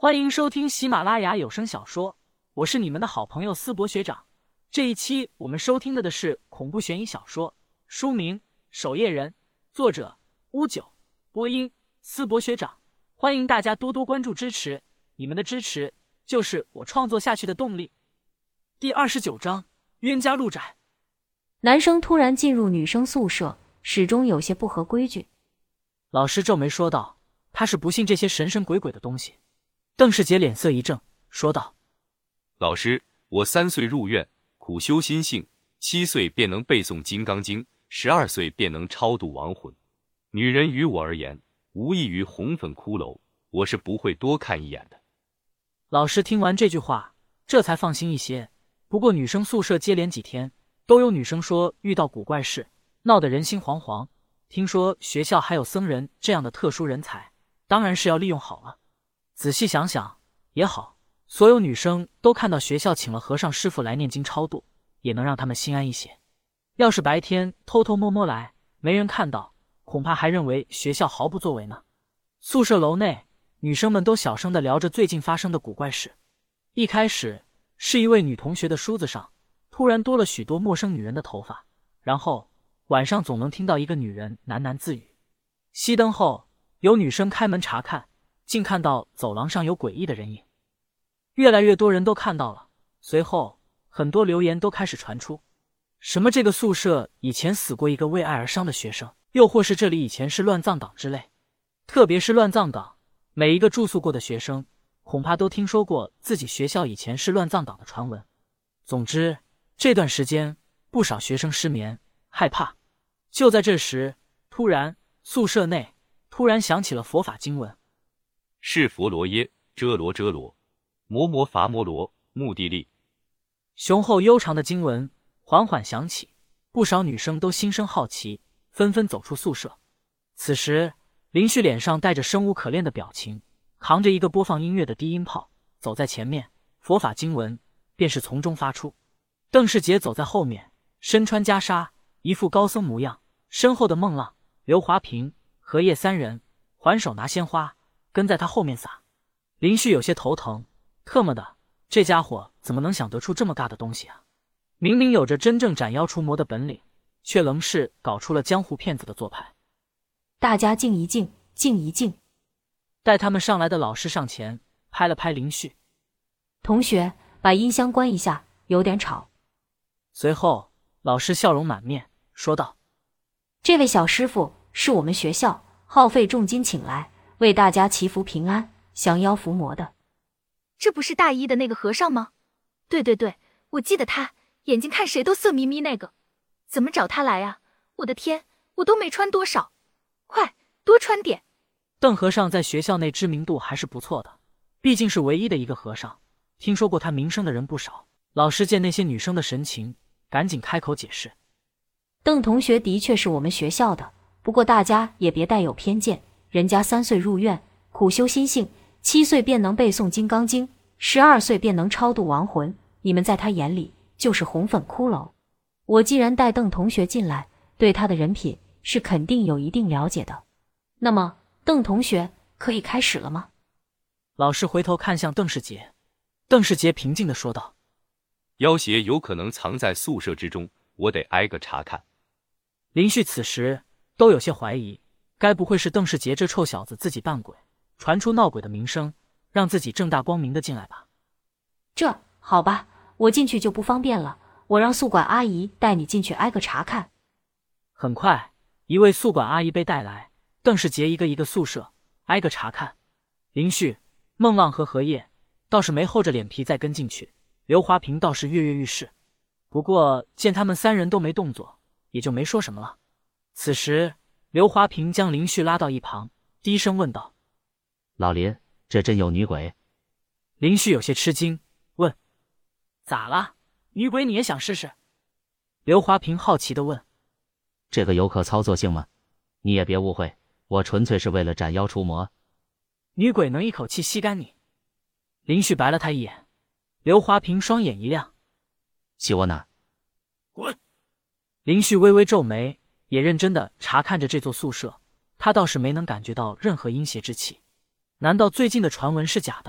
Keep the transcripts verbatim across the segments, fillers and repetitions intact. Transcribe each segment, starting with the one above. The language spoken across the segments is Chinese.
欢迎收听喜马拉雅有声小说，我是你们的好朋友思博学长。这一期我们收听的的是恐怖悬疑小说，书名《守夜人》，作者乌九，播音思博学长。欢迎大家多多关注支持，你们的支持就是我创作下去的动力。第二十九章，冤家路窄。 男生突然进入女生宿舍，始终有些不合规矩。 老师皱眉说道，他是不信这些神神鬼鬼的东西。邓世杰脸色一正，说道： 老师，我三岁入院，苦修心性，七岁便能背诵金刚经，十二岁便能超度亡魂。女人于我而言，无异于红粉骷髅，我是不会多看一眼的。 老师听完这句话，这才放心一些。不过女生宿舍接连几天都有女生说遇到古怪事，闹得人心惶惶。听说学校还有僧人这样的特殊人才，当然是要利用好了。仔细想想也好，所有女生都看到学校请了和尚师傅来念经超度，也能让他们心安一些。要是白天偷偷摸摸来，没人看到，恐怕还认为学校毫不作为呢。宿舍楼内，女生们都小声地聊着最近发生的古怪事。一开始是一位女同学的梳子上突然多了许多陌生女人的头发，然后晚上总能听到一个女人喃喃自语。熄灯后，有女生开门查看，竟看到走廊上有诡异的人影。越来越多人都看到了，随后很多留言都开始传出，什么这个宿舍以前死过一个为爱而伤的学生，又或是这里以前是乱葬岗之类。特别是乱葬岗，每一个住宿过的学生恐怕都听说过自己学校以前是乱葬岗的传闻。总之这段时间不少学生失眠害怕。就在这时，突然宿舍内突然响起了佛法经文， 是佛罗耶遮罗遮罗摩摩伐摩罗目的力。 雄厚悠长的经文缓缓响起，不少女生都心生好奇，纷纷走出宿舍。此时林旭脸上带着生无可恋的表情，扛着一个播放音乐的低音炮走在前面，佛法经文便是从中发出。邓世杰走在后面，身穿袈裟，一副高僧模样，身后的孟浪、刘华平、荷叶三人环手拿鲜花跟在他后面撒。林旭有些头疼，特么的，这家伙怎么能想得出这么尬的东西啊？明明有着真正斩妖除魔的本领，却愣是搞出了江湖骗子的做派。 大家静一静，静一静。 带他们上来的老师上前拍了拍林旭， 同学，把音箱关一下，有点吵。 随后老师笑容满面说道， 这位小师傅是我们学校耗费重金请来为大家祈福平安降妖伏魔的。 这不是大一的那个和尚吗？对对对，我记得他，眼睛看谁都色眯眯那个。怎么找他来啊？我的天，我都没穿多少，快多穿点。 邓和尚在学校内知名度还是不错的，毕竟是唯一的一个和尚，听说过他名声的人不少。老师见那些女生的神情，赶紧开口解释， 邓同学的确是我们学校的，不过大家也别带有偏见，人家三岁入院，苦修心性，七岁便能背诵金刚经，十二岁便能超度亡魂，你们在他眼里就是红粉骷髅。我既然带邓同学进来，对他的人品是肯定有一定了解的。那么邓同学可以开始了吗？ 老师回头看向邓世杰，邓世杰平静地说道， 妖邪有可能藏在宿舍之中，我得挨个查看。 林旭此时都有些怀疑，该不会是邓世杰这臭小子自己扮鬼，传出闹鬼的名声，让自己正大光明的进来吧？ 这好吧，我进去就不方便了，我让宿管阿姨带你进去挨个查看。 很快一位宿管阿姨被带来，邓世杰一个一个宿舍挨个查看。林旭、孟浪和荷叶倒是没厚着脸皮再跟进去，刘华平倒是跃跃欲试，不过见他们三人都没动作，也就没说什么了。此时刘华平将林旭拉到一旁，低声问道， 老林，这真有女鬼？ 林旭有些吃惊，问，咋了？女鬼你也想试试？刘华平好奇地问， 这个有可操作性吗？你也别误会，我纯粹是为了斩妖除魔。 女鬼能一口气吸干你？林旭白了他一眼。刘华平双眼一亮， 吸我哪？ 滚！林旭微微皱眉，也认真地查看着这座宿舍，他倒是没能感觉到任何阴邪之气。难道最近的传闻是假的？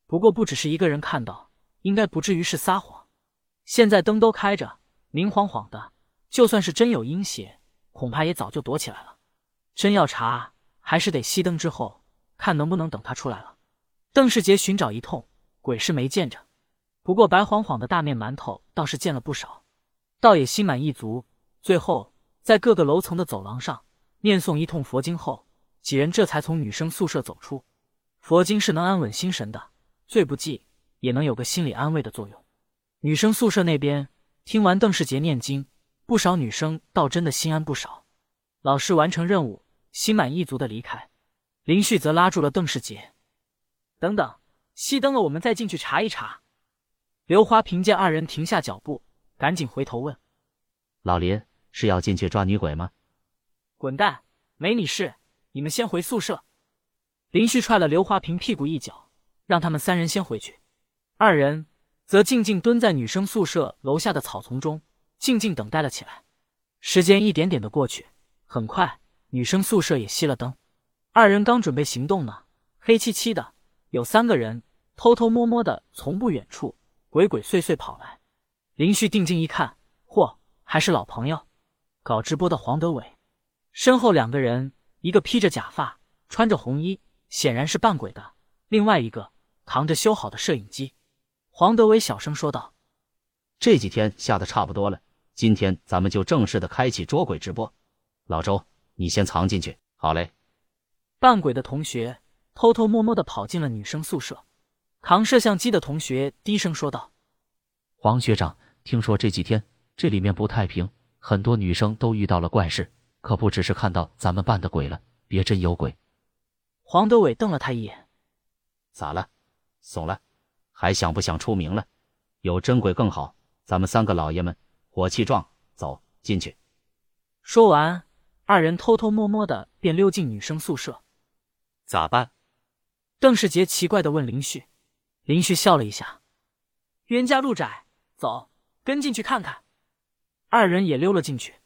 不过不只是一个人看到，应该不至于是撒谎。现在灯都开着，明晃晃的，就算是真有阴邪，恐怕也早就躲起来了。真要查，还是得熄灯之后，看能不能等他出来了。邓世杰寻找一通，鬼是没见着，不过白晃晃的大面馒头倒是见了不少，倒也心满意足。最后在各个楼层的走廊上念诵一通佛经后，几人这才从女生宿舍走出。佛经是能安稳心神的，最不济也能有个心理安慰的作用。女生宿舍那边听完邓世杰念经，不少女生倒真的心安不少。老师完成任务，心满意足的离开。林旭则拉住了邓世杰：“等等，熄灯了，我们再进去查一查。”刘华凭见二人停下脚步，赶紧回头问：“ 老林，是要进去抓女鬼吗？”“ 滚蛋，没你事，你们先回宿舍。”林旭踹了刘华平屁股一脚，让他们三人先回去。二人则静静蹲在女生宿舍楼下的草丛中，静静等待了起来。时间一点点的过去，很快女生宿舍也熄了灯。二人刚准备行动呢，黑漆漆的，有三个人偷偷摸摸的从不远处鬼鬼祟祟跑来。林旭定睛一看，嚯，还是老朋友，搞直播的黄德伟。身后两个人，一个披着假发，穿着红衣，显然是扮鬼的，另外一个扛着修好的摄影机。黄德伟小声说道：“ 这几天下的差不多了，今天咱们就正式的开启捉鬼直播。老周，你先藏进去。”“好嘞。” 扮鬼的同学偷偷摸摸的跑进了女生宿舍。扛摄像机的同学低声说道：“ 黄学长，听说这几天这里面不太平，很多女生都遇到了怪事，可不只是看到咱们扮的鬼了，别真有鬼。” 黄德伟瞪了他一眼：“ 咋了？怂了？还想不想出名了？有真鬼更好，咱们三个老爷们火气壮，走进去。” 说完，二人偷偷摸摸的便溜进女生宿舍。 “咋办？” 邓世杰奇怪地问林旭。林旭笑了一下：“冤家路窄，走，跟进去看看。”二人也溜了进去。